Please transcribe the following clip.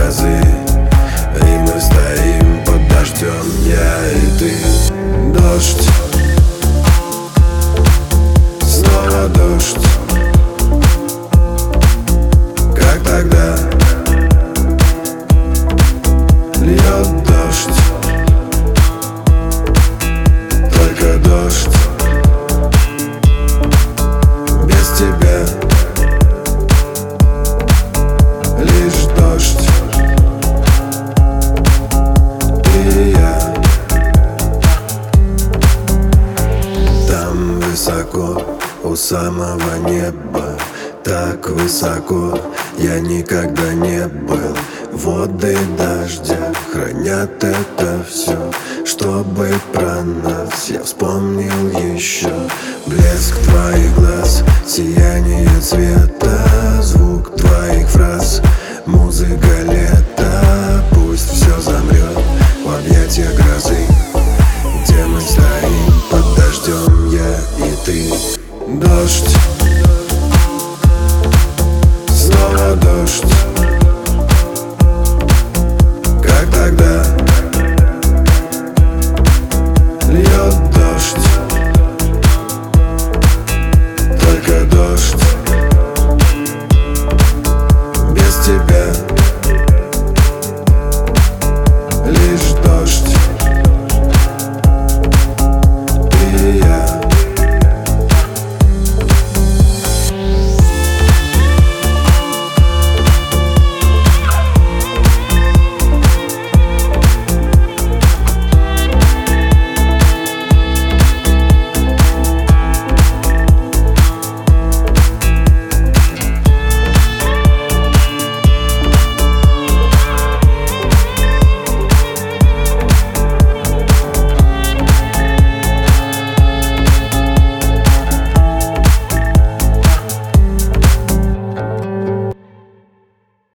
грозы, и мы стоим под дождем, я и ты. Дождь, снова дождь, как тогда. Льет дождь, только дождь, без тебя. Лишь дождь, ты и я. Там высоко, у самого неба, так высоко я никогда не был. Воды дождя хранят это все, чтобы про нас я вспомнил еще. Блеск твоих глаз, сияние света, звук твоих фраз, музыка лета.